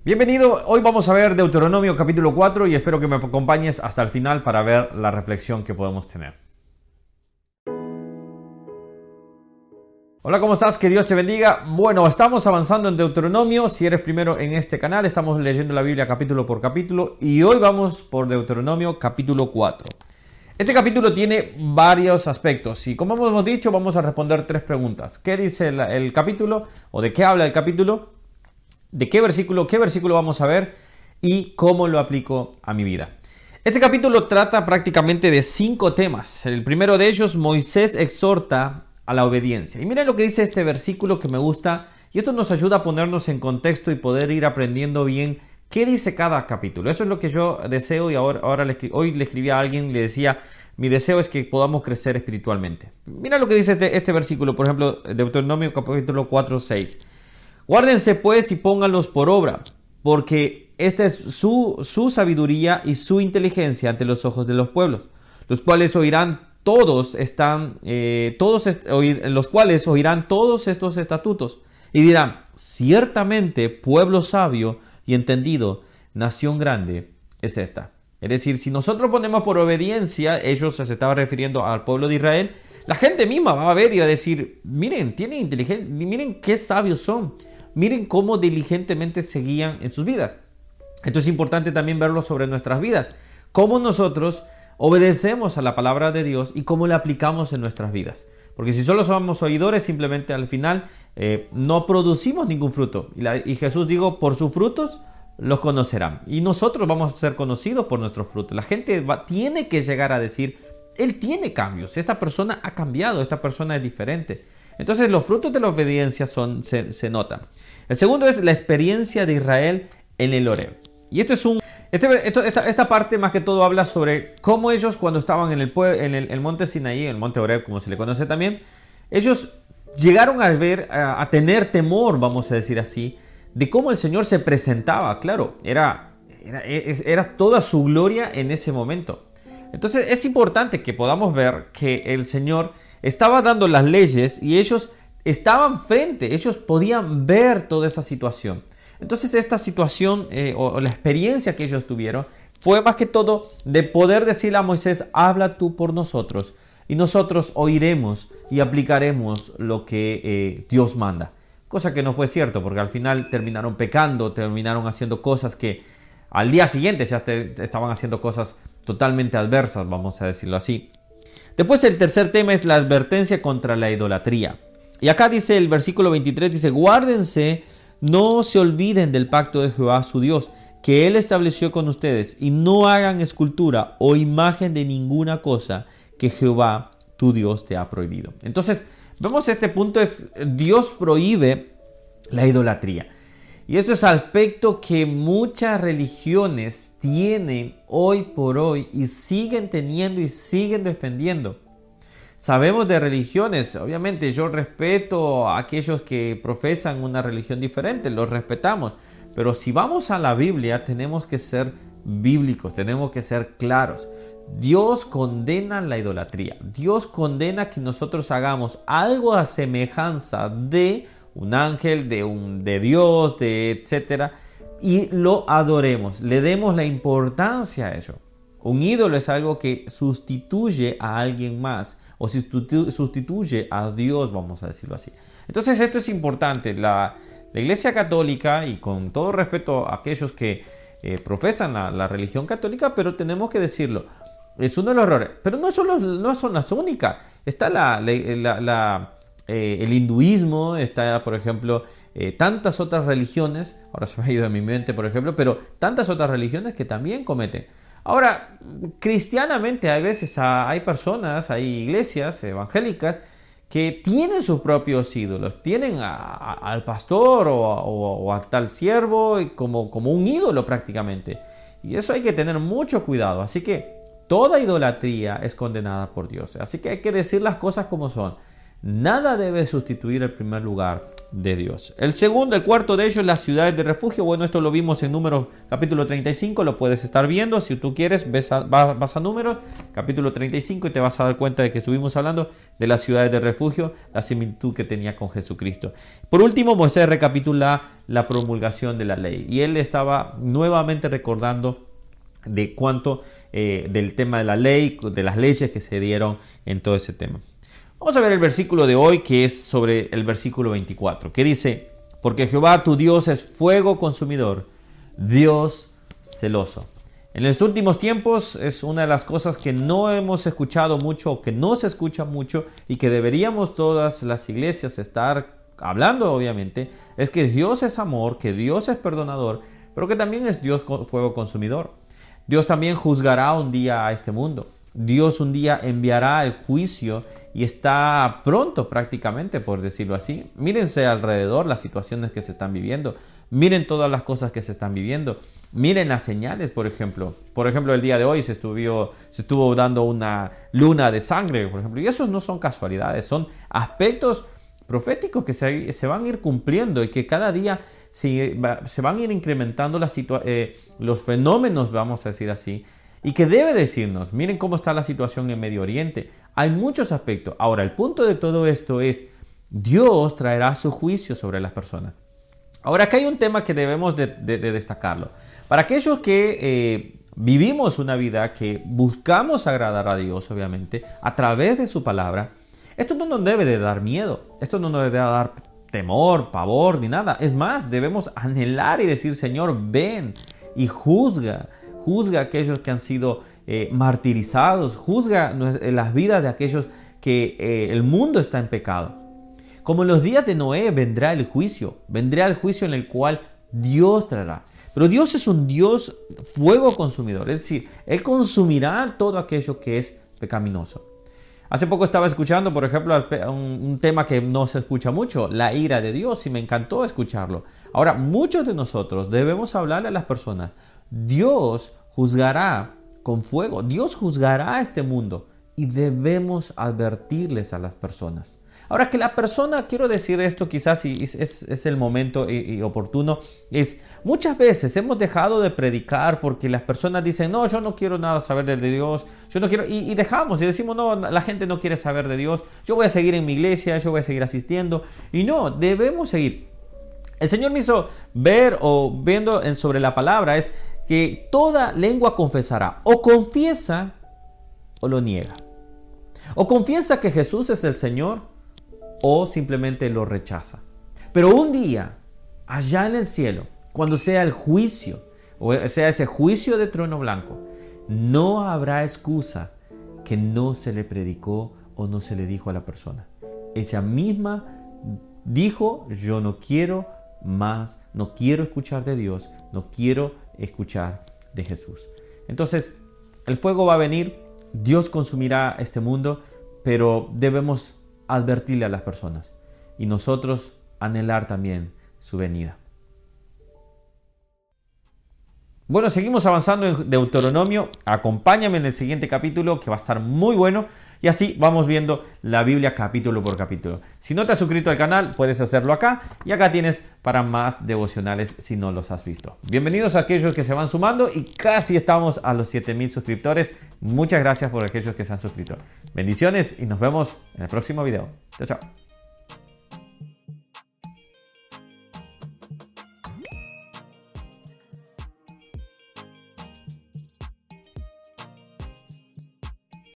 Bienvenido, hoy vamos a ver Deuteronomio capítulo 4 y espero que me acompañes hasta el final para ver la reflexión que podemos tener. Hola, ¿cómo estás? Que Dios te bendiga. Bueno, estamos avanzando en Deuteronomio. Si eres primero en este canal, estamos leyendo la Biblia capítulo por capítulo y hoy vamos por Deuteronomio capítulo 4. Este capítulo tiene varios aspectos y como hemos dicho, vamos a responder tres preguntas. ¿Qué dice el capítulo o de qué habla el capítulo? ¿De qué versículo vamos a ver? Y cómo lo aplico a mi vida. Este capítulo trata prácticamente de 5 temas. El primero de ellos, Moisés exhorta a la obediencia. Y miren lo que dice este versículo que me gusta. Y esto nos ayuda a ponernos en contexto y poder ir aprendiendo bien qué dice cada capítulo. Eso es lo que yo deseo y hoy le escribí a alguien y le decía, mi deseo es que podamos crecer espiritualmente. Mira lo que dice este versículo, por ejemplo, Deuteronomio capítulo 4, 6. Guárdense pues y pónganlos por obra, porque esta es su sabiduría y su inteligencia ante los ojos de los pueblos, los cuales oirán todos estos estatutos y dirán, ciertamente pueblo sabio y entendido, nación grande es esta. Es decir, si nosotros ponemos por obediencia, ellos se estaban refiriendo al pueblo de Israel, la gente misma va a ver y va a decir, miren, tienen inteligencia, miren qué sabios son. Miren cómo diligentemente se guían en sus vidas. Esto es importante también verlo sobre nuestras vidas. Cómo nosotros obedecemos a la palabra de Dios y cómo la aplicamos en nuestras vidas. Porque si solo somos oidores, simplemente al final no producimos ningún fruto. Y Jesús dijo, por sus frutos los conocerán. Y nosotros vamos a ser conocidos por nuestros frutos. La gente tiene que llegar a decir, Él tiene cambios. Esta persona ha cambiado, esta persona es diferente. Entonces los frutos de la obediencia se notan. El segundo es la experiencia de Israel en el Horeb. Y esta parte más que todo habla sobre cómo ellos cuando estaban en el monte Sinaí, el monte Horeb como se le conoce también, ellos llegaron a tener temor, vamos a decir así, de cómo el Señor se presentaba. Claro, era toda su gloria en ese momento. Entonces es importante que podamos ver que el Señor estaba dando las leyes y ellos estaban frente, ellos podían ver toda esa situación. Entonces esta situación o la experiencia que ellos tuvieron fue más que todo de poder decirle a Moisés, habla tú por nosotros y nosotros oiremos y aplicaremos lo que Dios manda. Cosa que no fue cierto porque al final terminaron pecando, terminaron haciendo cosas que al día siguiente ya estaban haciendo cosas totalmente adversas, vamos a decirlo así. Después el tercer tema es la advertencia contra la idolatría. Y acá dice el versículo 23, dice, guárdense, no se olviden del pacto de Jehová su Dios, que Él estableció con ustedes, y no hagan escultura o imagen de ninguna cosa que Jehová tu Dios te ha prohibido. Entonces, vemos este punto es, Dios prohíbe la idolatría. Y esto es aspecto que muchas religiones tienen hoy por hoy y siguen teniendo y siguen defendiendo. Sabemos de religiones, obviamente yo respeto a aquellos que profesan una religión diferente, los respetamos. Pero si vamos a la Biblia tenemos que ser bíblicos, tenemos que ser claros. Dios condena la idolatría. Dios condena que nosotros hagamos algo a semejanza de un ángel, de Dios, etcétera, y lo adoremos, le demos la importancia a ello. Un ídolo es algo que sustituye a alguien más o sustituye a Dios, vamos a decirlo así. Entonces esto es importante. La Iglesia Católica, y con todo respeto a aquellos que profesan la religión católica, pero tenemos que decirlo, es uno de los errores. Pero no son las únicas. Está el hinduismo, está por ejemplo tantas otras religiones, ahora se me ha ido de mi mente por ejemplo, pero tantas otras religiones que también cometen. Ahora, cristianamente a veces hay personas, hay iglesias evangélicas que tienen sus propios ídolos, tienen al pastor o al tal siervo como un ídolo prácticamente. Y eso hay que tener mucho cuidado, así que toda idolatría es condenada por Dios. Así que hay que decir las cosas como son. Nada debe sustituir el primer lugar de Dios. El cuarto de ellos, las ciudades de refugio. Bueno, esto lo vimos en Números capítulo 35, lo puedes estar viendo. Si tú quieres, vas a Números capítulo 35 y te vas a dar cuenta de que estuvimos hablando de las ciudades de refugio, la similitud que tenía con Jesucristo. Por último, Moisés recapitula la promulgación de la ley y él estaba nuevamente recordando de cuánto del tema de la ley, de las leyes que se dieron en todo ese tema. Vamos a ver el versículo de hoy, que es sobre el versículo 24, que dice: porque Jehová tu Dios es fuego consumidor, Dios celoso. En los últimos tiempos es una de las cosas que no hemos escuchado mucho, o que no se escucha mucho, y que deberíamos todas las iglesias estar hablando, obviamente, es que Dios es amor, que Dios es perdonador, pero que también es Dios fuego consumidor. Dios también juzgará un día a este mundo. Dios un día enviará el juicio y está pronto prácticamente, por decirlo así. Mírense alrededor las situaciones que se están viviendo. Miren todas las cosas que se están viviendo. Miren las señales, por ejemplo. Por ejemplo, el día de hoy se estuvo dando una luna de sangre, por ejemplo. Y esos no son casualidades, son aspectos proféticos que se van a ir cumpliendo y que cada día se van a ir incrementando los fenómenos, vamos a decir así. Y que debe decirnos, miren cómo está la situación en Medio Oriente. Hay muchos aspectos. Ahora, el punto de todo esto es, Dios traerá su juicio sobre las personas. Ahora, acá hay un tema que debemos de destacarlo. Para aquellos que vivimos una vida que buscamos agradar a Dios, obviamente, a través de su palabra, esto no nos debe de dar miedo. Esto no nos debe de dar temor, pavor, ni nada. Es más, debemos anhelar y decir, Señor, ven y juzga. Juzga a aquellos que han sido martirizados. Juzga las vidas de aquellos que el mundo está en pecado. Como en los días de Noé vendrá el juicio. Vendrá el juicio en el cual Dios traerá. Pero Dios es un Dios fuego consumidor. Es decir, Él consumirá todo aquello que es pecaminoso. Hace poco estaba escuchando, por ejemplo, un tema que no se escucha mucho, la ira de Dios, y me encantó escucharlo. Ahora, muchos de nosotros debemos hablarle a las personas. Dios juzgará con fuego. Dios juzgará a este mundo y debemos advertirles a las personas. Ahora, que la persona, quiero decir esto quizás y es el momento y oportuno, es muchas veces hemos dejado de predicar porque las personas dicen, no, yo no quiero nada saber de Dios, yo no quiero, y dejamos y decimos, no, la gente no quiere saber de Dios, yo voy a seguir en mi iglesia, yo voy a seguir asistiendo, y no, debemos seguir. El Señor me hizo ver o viendo sobre la palabra es que toda lengua confesará, o confiesa o lo niega. O confiesa que Jesús es el Señor o simplemente lo rechaza. Pero un día, allá en el cielo, cuando sea el juicio, o sea ese juicio de trono blanco, no habrá excusa que no se le predicó o no se le dijo a la persona. Ella misma dijo, yo no quiero más, no quiero escuchar de Dios, no quiero escuchar de Jesús. Entonces, el fuego va a venir, Dios consumirá este mundo, pero debemos advertirle a las personas y nosotros anhelar también su venida. Bueno, seguimos avanzando en Deuteronomio. Acompáñame en el siguiente capítulo que va a estar muy bueno. Y así vamos viendo la Biblia capítulo por capítulo. Si no te has suscrito al canal, puedes hacerlo acá. Y acá tienes para más devocionales si no los has visto. Bienvenidos a aquellos que se van sumando y casi estamos a los 7,000 suscriptores. Muchas gracias por aquellos que se han suscrito. Bendiciones y nos vemos en el próximo video. Chao, chao.